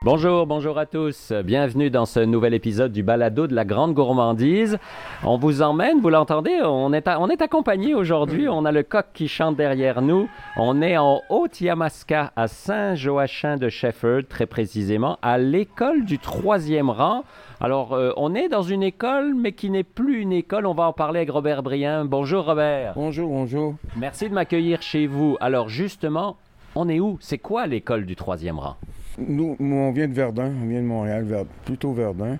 Bonjour, bonjour à tous. Bienvenue dans ce nouvel épisode du balado de la grande gourmandise. On vous emmène, vous l'entendez, on est accompagné aujourd'hui. On a le coq qui chante derrière nous. On est en Haute-Yamaska, à Saint-Joachim-de-Shefford, très précisément, à l'école du 3e rang. Alors, on est dans une école, mais qui n'est plus une école. On va en parler avec Robert Briand. Bonjour, Robert. Bonjour, bonjour. Merci de m'accueillir chez vous. Alors, justement, on est où? C'est quoi l'école du 3e rang? Nous, on vient de Verdun, on vient de Montréal, plutôt Verdun.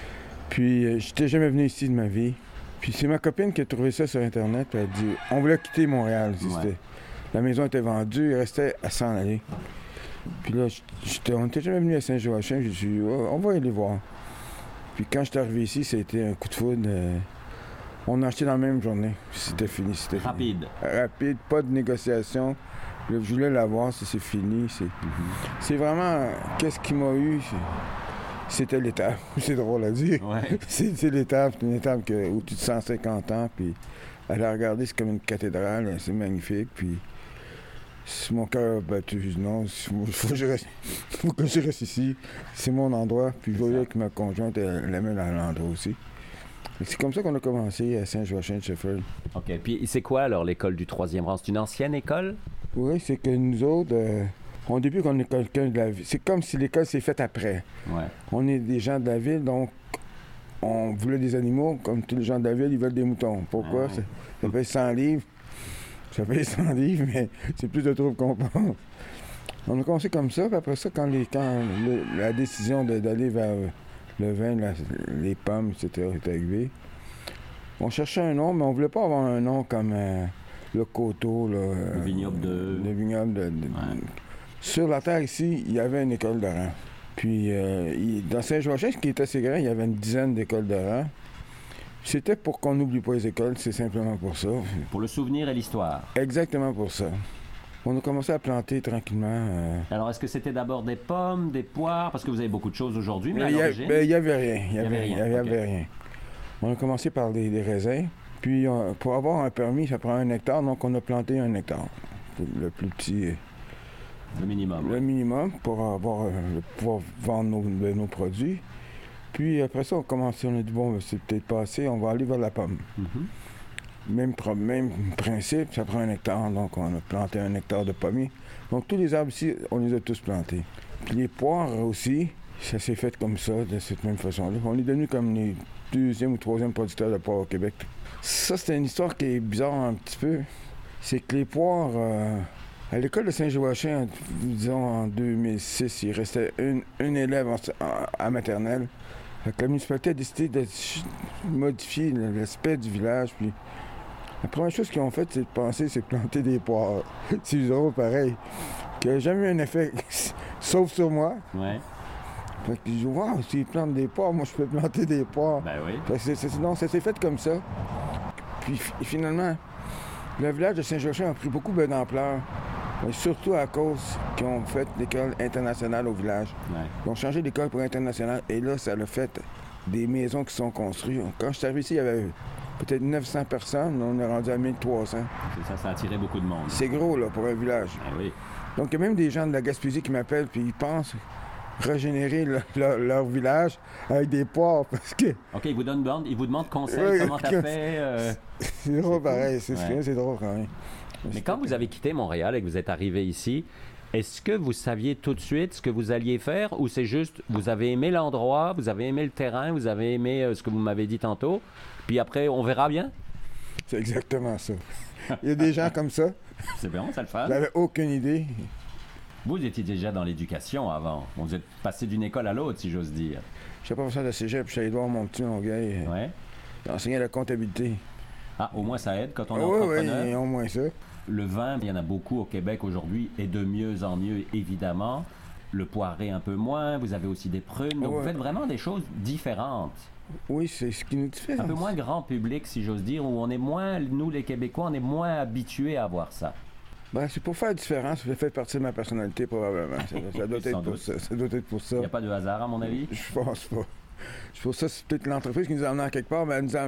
Puis, j'étais jamais venu ici de ma vie. Puis, c'est ma copine qui a trouvé ça sur Internet. Puis elle a dit, on voulait quitter Montréal. Ouais. La maison était vendue, il restait à s'en aller. Puis là, on n'était jamais venu à Saint-Joachim. J'ai dit, on va aller voir. Puis, quand je suis arrivé ici, c'était un coup de foudre. On a acheté dans la même journée. Puis, c'était fini. Rapide. Rapide, pas de négociation. Je voulais l'avoir, c'est fini. C'est vraiment... Qu'est-ce qui m'a eu? C'était l'étape. C'est drôle à dire. Ouais. C'est l'étape. C'est une étape au-dessus de 150 ans. Puis à la regarder, c'est comme une cathédrale. C'est magnifique. Puis mon cœur a battu. Je dis non, il faut que je reste ici. C'est mon endroit. Puis je voyais que ma conjointe, elle aimait l'endroit aussi. C'est comme ça qu'on a commencé à Saint-Joachim-de-Shefford. OK. Puis c'est quoi alors l'école du 3e rang? C'est une ancienne école? Oui, c'est que nous autres, au début qu'on est quelqu'un de la ville, c'est comme si l'école s'est faite après. Ouais. On est des gens de la ville, donc on voulait des animaux, comme tous les gens de la ville, ils veulent des moutons. Pourquoi? Ah ouais. Ça paye 100 livres. Ça paye 100 livres, mais c'est plus de troubles qu'on pense. On a commencé comme ça, puis après ça, quand la décision d'aller vers le vin, les pommes, etc., est arrivée, on cherchait un nom, mais on voulait pas avoir un nom comme... le coteau, Le vignoble de... Le vignoble de... Ouais. Sur la terre ici, il y avait une école de rang. Puis dans Saint-Joachim, qui est assez grand, il y avait une dizaine d'écoles de rang. C'était pour qu'on n'oublie pas les écoles, c'est simplement pour ça. Pour le souvenir et l'histoire. Exactement pour ça. On a commencé à planter tranquillement. Alors, est-ce que c'était d'abord des pommes, des poires? Parce que vous avez beaucoup de choses aujourd'hui, mais à l'origine... Il n'y avait rien. Il y n'y avait rien. rien. On a commencé par des raisins. Puis, pour avoir un permis, ça prend 1 hectare, donc on a planté 1 hectare. Le plus petit... Le minimum. Le minimum pour pouvoir vendre nos produits. Puis après ça, on a dit, bon, c'est peut-être pas assez, on va aller vers la pomme. Mm-hmm. Même principe, ça prend 1 hectare, donc on a planté 1 hectare de pommiers. Donc tous les arbres ici, on les a tous plantés. Puis les poires aussi, ça s'est fait comme ça, de cette même façon-là. On est devenu comme les 2e ou 3e producteurs de poires au Québec. Ça, c'est une histoire qui est bizarre un petit peu. C'est que les poires, à l'école de Saint-Joachim, disons en 2006, il restait une élève à maternelle. Fait que la municipalité a décidé de modifier l'aspect du village. Puis la première chose qu'ils ont faite, c'est de penser, c'est de planter des poires. C'est drôle pareil. Qui n'a jamais eu un effet, sauf sur moi. Ouais. Fait que je dis, wow, s'ils plantent des poires, moi je peux planter des poires. Ben oui. Fait que non, ça s'est fait comme ça. Puis finalement, le village de Saint-Joachim a pris beaucoup d'ampleur, surtout à cause qu'ils ont fait l'école internationale au village. Ouais. Ils ont changé l'école pour internationale et là, ça a fait des maisons qui sont construites. Quand je suis arrivé ici, il y avait peut-être 900 personnes, on est rendu à 1300. C'est ça a attiré beaucoup de monde. C'est gros, là, pour un village. Ben oui. Donc, il y a même des gens de la Gaspésie qui m'appellent puis ils pensent régénérer leur village avec des poires parce que... OK, ils vous demandent conseil, Oui, comment t'as fait... C'est drôle pareil, Ouais. c'est drôle quand même. Mais quand vous avez quitté Montréal et que vous êtes arrivé ici, est-ce que vous saviez tout de suite ce que vous alliez faire ou c'est juste, vous avez aimé l'endroit, vous avez aimé le terrain, vous avez aimé ce que vous m'avez dit tantôt, puis après, on verra bien? C'est exactement ça. Il y a des gens comme ça, C'est bon, ça le fait. j'avais aucune idée. Vous étiez déjà dans l'éducation avant. Vous êtes passé d'une école à l'autre, si j'ose dire. J'étais professeur de cégep, puis j'allais voir mon petit Longueuil. Ouais. Il enseignait la comptabilité. Ah, au moins ça aide quand on est Oui, entrepreneur. oui, au moins ça. Le vin, il y en a beaucoup au Québec aujourd'hui et de mieux en mieux, évidemment. Le poiré un peu moins, vous avez aussi des prunes. Donc Ouais. vous faites vraiment des choses différentes. Oui, c'est ce qui nous fait. Un peu moins grand public, si j'ose dire, où on est moins, nous les Québécois, on est moins habitués à voir ça. Ben, c'est pour faire différence, ça fait partie de ma personnalité probablement. Ça doit Sans être pour doute. ça. Ça doit être pour ça. Il n'y a pas de hasard, à mon avis. Je pense pas. C'est pour ça, c'est peut-être l'entreprise qui nous a amenés à quelque part, mais elle nous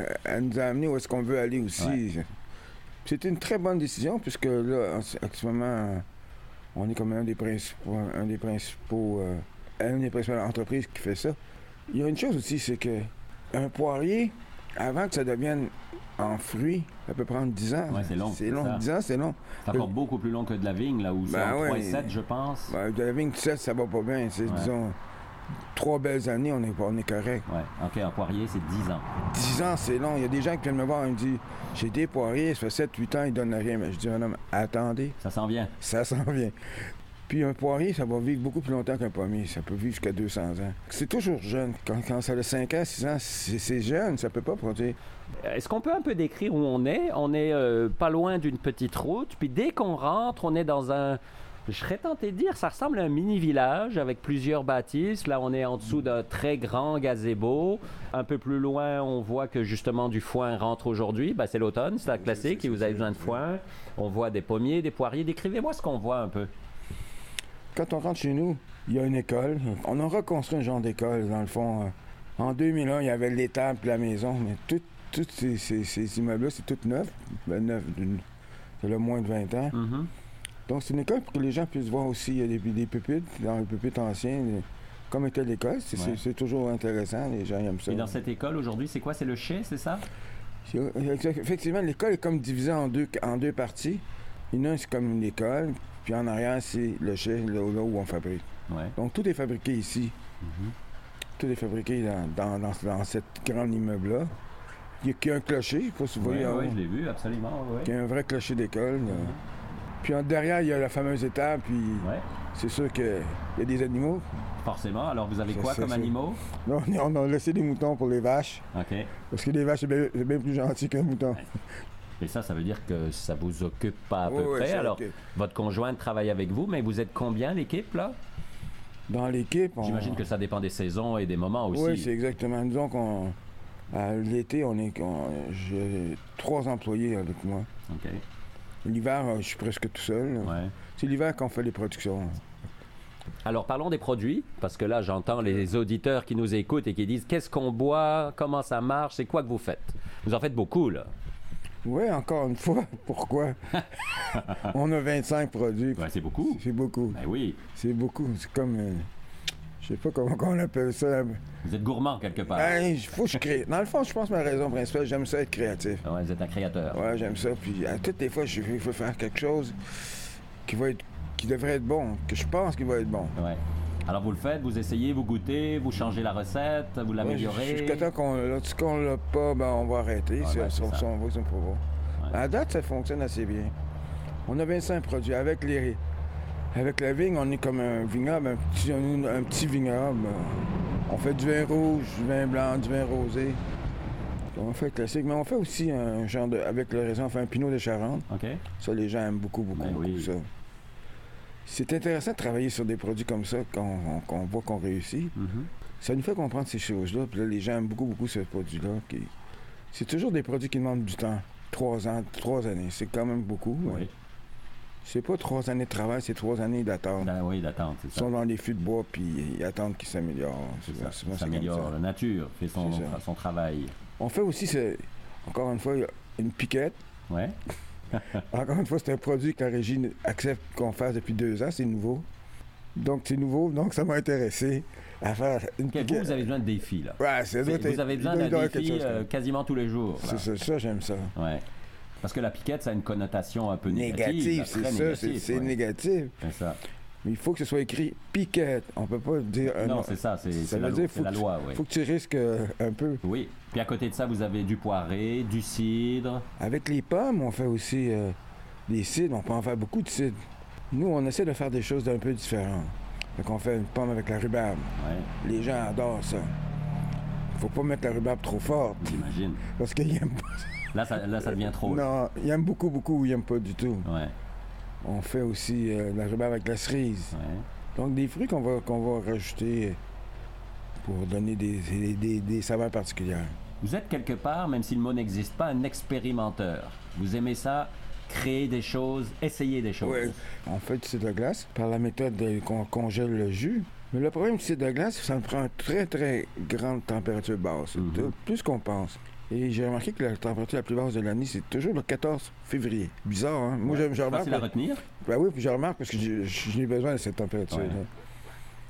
a amenés où est-ce qu'on veut aller aussi. Ouais. C'était une très bonne décision, puisque là, actuellement, on est comme un des principaux une des principales entreprises qui fait ça. Il y a une chose aussi, c'est que un poirier, avant que ça devienne en fruits, ça peut prendre 10 ans. Ouais, c'est long. C'est long. 10 ans, c'est long. C'est encore beaucoup plus long que de la vigne, là, où c'est en 3 et 7, je pense. De la vigne 7, ça va pas bien. C'est, disons, 3 belles années, on est correct. Oui, OK, un poirier, c'est 10 ans. 10 ans, c'est long. Il y a des gens qui viennent me voir et me disent, j'ai des poiriers, ça fait 7-8 ans, ils donnent rien. Mais je dis, madame, attendez. Ça s'en vient. Ça s'en vient. Puis un poirier, ça va vivre beaucoup plus longtemps qu'un pommier. Ça peut vivre jusqu'à 200 ans. C'est toujours jeune. Quand ça a 5 ans, 6 ans, c'est jeune. Ça peut pas produire. Est-ce qu'on peut un peu décrire où on est? On est pas loin d'une petite route. Puis dès qu'on rentre, on est dans un... Je serais tenté de dire, ça ressemble à un mini-village avec plusieurs bâtisses. Là, on est en dessous d'un très grand gazebo. Un peu plus loin, on voit que justement du foin rentre aujourd'hui. Ben, c'est l'automne, c'est la classique, et vous avez besoin de foin. On voit des pommiers, des poiriers. Décrivez-moi ce qu'on voit un peu. Quand on rentre chez nous, il y a une école. On a reconstruit un genre d'école, dans le fond. En 2001, il y avait l'étable et la maison, mais tous ces immeubles-là, c'est tout neuf. Neuf, c'est le moins de 20 ans. Mm-hmm. Donc, c'est une école pour que les gens puissent voir aussi. Il y a des pupitres, dans les pupitres anciens, comme était l'école. C'est toujours intéressant, les gens aiment ça. Et dans cette école, aujourd'hui, c'est quoi? C'est le chai, c'est ça? Effectivement, l'école est comme divisée en deux parties. Il y en a un, c'est comme une école, puis en arrière, c'est le chai, là où on fabrique. Ouais. Donc, tout est fabriqué ici. Mm-hmm. Tout est fabriqué dans cet grand immeuble-là. Il y a un clocher, je ne sais pas si vous voyez. Oui, je l'ai vu, absolument. Ouais. Il y a un vrai clocher d'école. Puis derrière, il y a la fameuse étable, puis c'est sûr qu'il y a des animaux. Forcément. Alors, vous avez quoi comme animaux? Non, on a laissé des moutons pour les vaches. OK. Parce que les vaches, c'est bien plus gentil qu'un mouton. Et ça veut dire que ça vous occupe pas à peu près. Alors, votre conjointe travaille avec vous, mais vous êtes combien, l'équipe, là? Dans l'équipe, J'imagine que ça dépend des saisons et des moments aussi. Oui, c'est exactement. Disons l'été, j'ai 3 employés avec moi. OK. L'hiver, je suis presque tout seul. Ouais. C'est l'hiver qu'on fait les productions. Alors, parlons des produits, parce que là, j'entends les auditeurs qui nous écoutent et qui disent « Qu'est-ce qu'on boit? Comment ça marche? C'est quoi que vous faites? » Vous en faites beaucoup, là. Oui, encore une fois. Pourquoi? On a 25 produits. Ouais, c'est beaucoup. C'est beaucoup. Ben oui. C'est beaucoup. C'est comme... je sais pas comment on appelle ça. Vous êtes gourmand quelque part. Ben, faut que je crée. Dans le fond, je pense que ma raison principale, j'aime ça être créatif. Ouais, vous êtes un créateur. Ouais, j'aime ça. Puis à toutes les fois, il faut faire quelque chose qui devrait être bon, que je pense qu'il va être bon. Ouais. Alors vous le faites, vous essayez, vous goûtez, vous changez la recette, vous l'améliorez. Jusqu'à temps qu'on l'a pas, ben on va arrêter. Ah, ben, si on voit que c'est pas bon. Ouais. À date, ça fonctionne assez bien. On a 25 produits. Avec la vigne, on est comme un vignoble, un petit vignoble. On fait du vin rouge, du vin blanc, du vin rosé. On fait classique, mais on fait aussi un genre avec le raisin, on fait un pinot de Charente. OK. Ça, les gens aiment beaucoup ça. C'est intéressant de travailler sur des produits comme ça, qu'on voit qu'on réussit. Mm-hmm. Ça nous fait comprendre ces choses-là. Puis là, les gens aiment beaucoup ces produits-là. C'est toujours des produits qui demandent du temps. 3 ans, 3 années. C'est quand même beaucoup. Oui. Ouais. C'est pas 3 années de travail, c'est 3 années d'attente. Oui, d'attente, c'est ça. Ils sont dans les fûts de bois, puis ils attendent qu'ils s'améliorent. Ça s'améliore. La nature fait son travail. On fait aussi, encore une fois, une piquette. Ouais. Encore une fois, c'est un produit que la régie accepte qu'on fasse depuis 2 ans. C'est nouveau. Donc, c'est nouveau. Donc, ça m'a intéressé à faire une piquette. Vous avez besoin de défis, là. Ouais, vous avez besoin d'un défi quasiment tous les jours. C'est ça, j'aime ça. Ouais. Parce que la piquette, ça a une connotation un peu négative. C'est ça, c'est négatif. C'est ça. Mais il faut que ce soit écrit piquette. On peut pas dire... non, c'est ça, c'est la loi. Il faut que tu risques un peu. Oui. Puis à côté de ça, vous avez du poiré, du cidre. Avec les pommes, on fait aussi des cidres. On peut en faire beaucoup de cidres. Nous, on essaie de faire des choses d'un peu différentes. Donc, on fait une pomme avec la rhubarbe. Ouais. Les gens adorent ça. Faut pas mettre la rhubarbe trop forte. J'imagine. Parce qu'ils aiment pas. Là, ça devient trop. Non, ils aiment beaucoup ou ils n'aiment pas du tout. Ouais. On fait aussi la rhubarbe avec la cerise. Ouais. Donc, des fruits qu'on va rajouter pour donner des saveurs particulières. Vous êtes quelque part, même si le mot n'existe pas, un expérimenteur. Vous aimez ça, créer des choses, essayer des choses. Oui, on fait du cidre de glace par la méthode qu'on congèle le jus. Mais le problème du cidre de glace, ça prend une très, très grande température basse. Mm-hmm. Plus qu'on pense. Et j'ai remarqué que la température la plus basse de l'année, c'est toujours le 14 février. Bizarre, hein? Moi, je remarque. Facile à retenir? Ben oui, puis je remarque parce que j'ai besoin de cette température-là.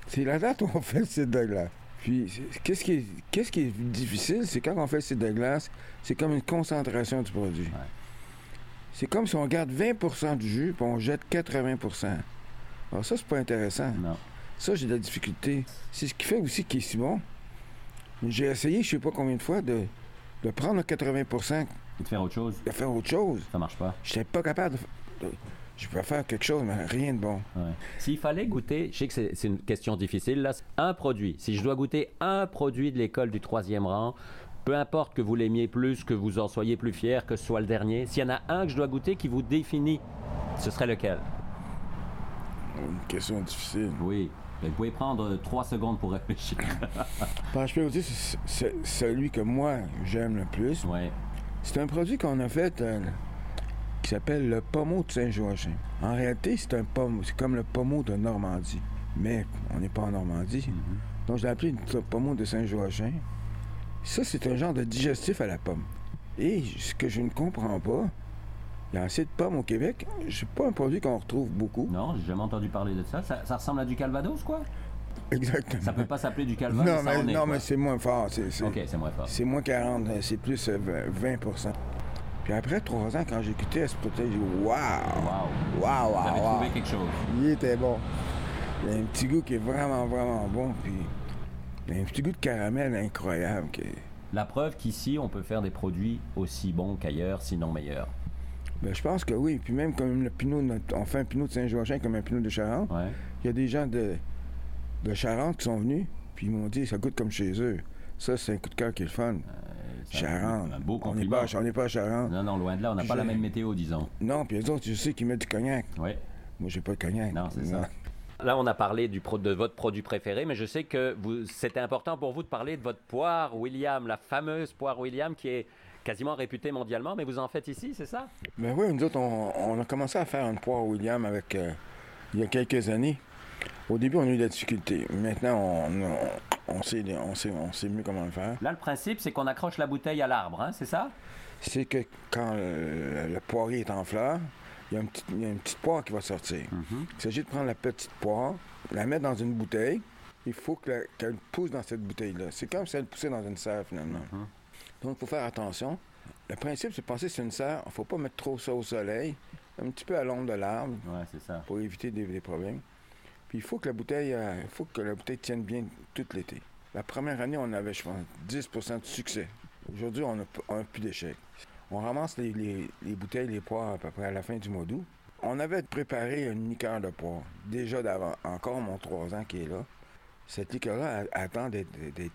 C'est la date où on fait le cidre de glace. Puis, qu'est-ce qui est difficile, c'est quand on fait le cidre de glace, c'est comme une concentration du produit. Ouais. C'est comme si on garde 20% du jus, puis on jette 80%. Alors ça, c'est pas intéressant. Non. Ça, j'ai de la difficulté. C'est ce qui fait aussi qu'il est si bon. J'ai essayé, je sais pas combien de fois, de prendre le 80%, Et de faire autre chose, de faire autre chose. ça marche pas. J'étais pas capable de... Je peux faire quelque chose, mais rien de bon. Ouais. S'il fallait goûter, je sais que c'est une question difficile, là, un produit. Si je dois goûter un produit de l'école du 3e rang, peu importe que vous l'aimiez plus, que vous en soyez plus fier, que ce soit le dernier, s'il y en a un que je dois goûter qui vous définit, ce serait lequel? Une question difficile. Oui. Vous pouvez prendre 3 secondes pour réfléchir. Je peux vous dire, c'est celui que moi, j'aime le plus. Ouais. C'est un produit qu'on a fait qui s'appelle le pommeau de Saint-Joachim. En réalité, c'est comme le pommeau de Normandie. Mais on n'est pas en Normandie. Donc, je l'ai appelé le pommeau de Saint-Joachim. Ça, c'est un genre de digestif à la pomme. Et ce que je ne comprends pas, il y a assez de pommes au Québec. C'est pas un produit qu'on retrouve beaucoup. Non, j'ai jamais entendu parler de ça. Ça ressemble à du Calvados, quoi? Exactement. Ça peut pas s'appeler du Calvados, Non, ça en est, non, quoi. mais c'est moins fort. OK, c'est moins fort. C'est moins 40, c'est plus 20%. Puis après 3 ans, quand j'ai écouté à ce produit, j'ai dit waouh! Wow. Waouh, Vous avez waouh, trouvé quelque chose. Il était bon. Il y a un petit goût qui est vraiment, vraiment bon. Puis il y a un petit goût de caramel incroyable. La preuve qu'ici, on peut faire des produits aussi bons qu'ailleurs, sinon meilleurs. Ben, je pense que oui. Puis même comme le pinot, on fait un pinot de Saint-Joachim comme un pinot de Charente. Ouais. Il y a des gens de Charente qui sont venus, puis ils m'ont dit ça goûte comme chez eux. Ça, c'est un coup de cœur qui est le fun. Charente. Un beau On n'est compliment. pas à Charente. Non, non, loin de là, on n'a pas la même météo, disons. Non, puis les autres, je sais qu'ils mettent du cognac. Oui. Moi, j'ai pas de cognac. Non, c'est ça. Là, on a parlé de votre produit préféré, mais je sais que c'était important pour vous de parler de votre poire William, la fameuse poire William qui est quasiment réputée mondialement, mais vous en faites ici, c'est ça? Ben oui, nous autres, on a commencé à faire une poire William avec il y a quelques années. Au début, on a eu de la difficulté. Maintenant, on sait mieux comment le faire. Là, le principe, c'est qu'on accroche la bouteille à l'arbre, hein, c'est ça? C'est que quand le poirier est en fleur, il y a une petite poire qui va sortir. Il s'agit de prendre la petite poire, la mettre dans une bouteille. Il faut qu'elle pousse dans cette bouteille-là. C'est comme si elle poussait dans une serre, finalement. Donc, il faut faire attention. Le principe, c'est de penser que c'est une serre. Il ne faut pas mettre trop ça au soleil. Un petit peu à l'ombre de l'arbre. Oui, c'est ça. Pour éviter des problèmes. Puis il faut que la bouteille tienne bien tout l'été. La première année, on avait, je pense, 10% de succès. Aujourd'hui, on n'a plus d'échecs. On ramasse les bouteilles, les poires à peu près à la fin du mois d'août. On avait préparé une liqueur de poire, déjà d'avant. Encore mon 3 ans qui est là. Cette liqueur-là attend d'être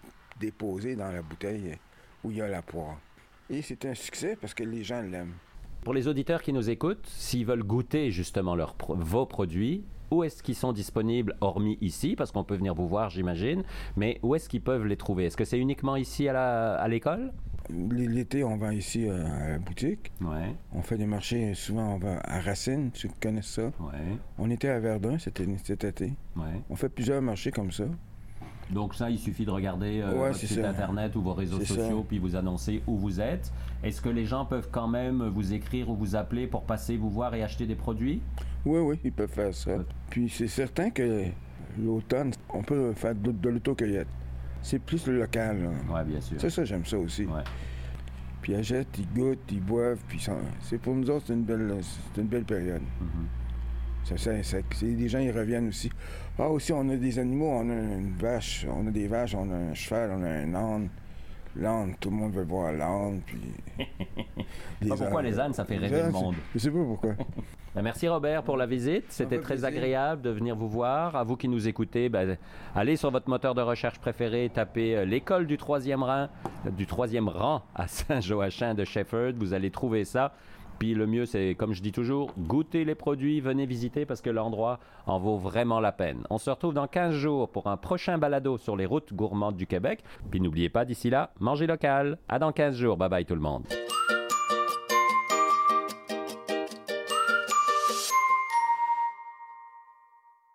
déposée dans la bouteille où il y a la poire. Et c'est un succès parce que les gens l'aiment. Pour les auditeurs qui nous écoutent, s'ils veulent goûter justement vos produits, où est-ce qu'ils sont disponibles, hormis ici, parce qu'on peut venir vous voir, j'imagine, mais où est-ce qu'ils peuvent les trouver? Est-ce que c'est uniquement ici à l'école? L'été, on va ici à la boutique. Ouais. On fait des marchés, souvent on va à Racine, ceux qui connaissent ça. Ouais. On était à Verdun cet été. Ouais. On fait plusieurs marchés comme ça. Donc ça, il suffit de regarder votre site Internet ou vos réseaux sociaux, puis vous annoncer où vous êtes. Est-ce que les gens peuvent quand même vous écrire ou vous appeler pour passer vous voir et acheter des produits? Oui, ils peuvent faire ça. Puis c'est certain que l'automne, on peut faire de l'autocueillette. C'est plus le local. Oui, bien sûr. Ça, j'aime ça aussi. Ouais. Puis ils achètent, ils goûtent, ils boivent, puis c'est pour nous autres, c'est une belle période. Les gens, ils reviennent aussi. Ah, aussi, on a des animaux, on a une vache, on a des vaches, on a un cheval, on a un âne. L'âne, tout le monde veut voir l'âne, puis... Pourquoi les ânes, ça fait rêver le monde? Je sais pas pourquoi. Merci Robert pour la visite. C'était très agréable de venir vous voir. À vous qui nous écoutez, allez sur votre moteur de recherche préféré, tapez l'école du 3e rang à Saint-Joachim de Shefford. Vous allez trouver ça. Puis le mieux, c'est, comme je dis toujours, goûtez les produits, venez visiter parce que l'endroit en vaut vraiment la peine. On se retrouve dans 15 jours pour un prochain balado sur les routes gourmandes du Québec. Puis n'oubliez pas, d'ici là, mangez local. À dans 15 jours. Bye bye tout le monde.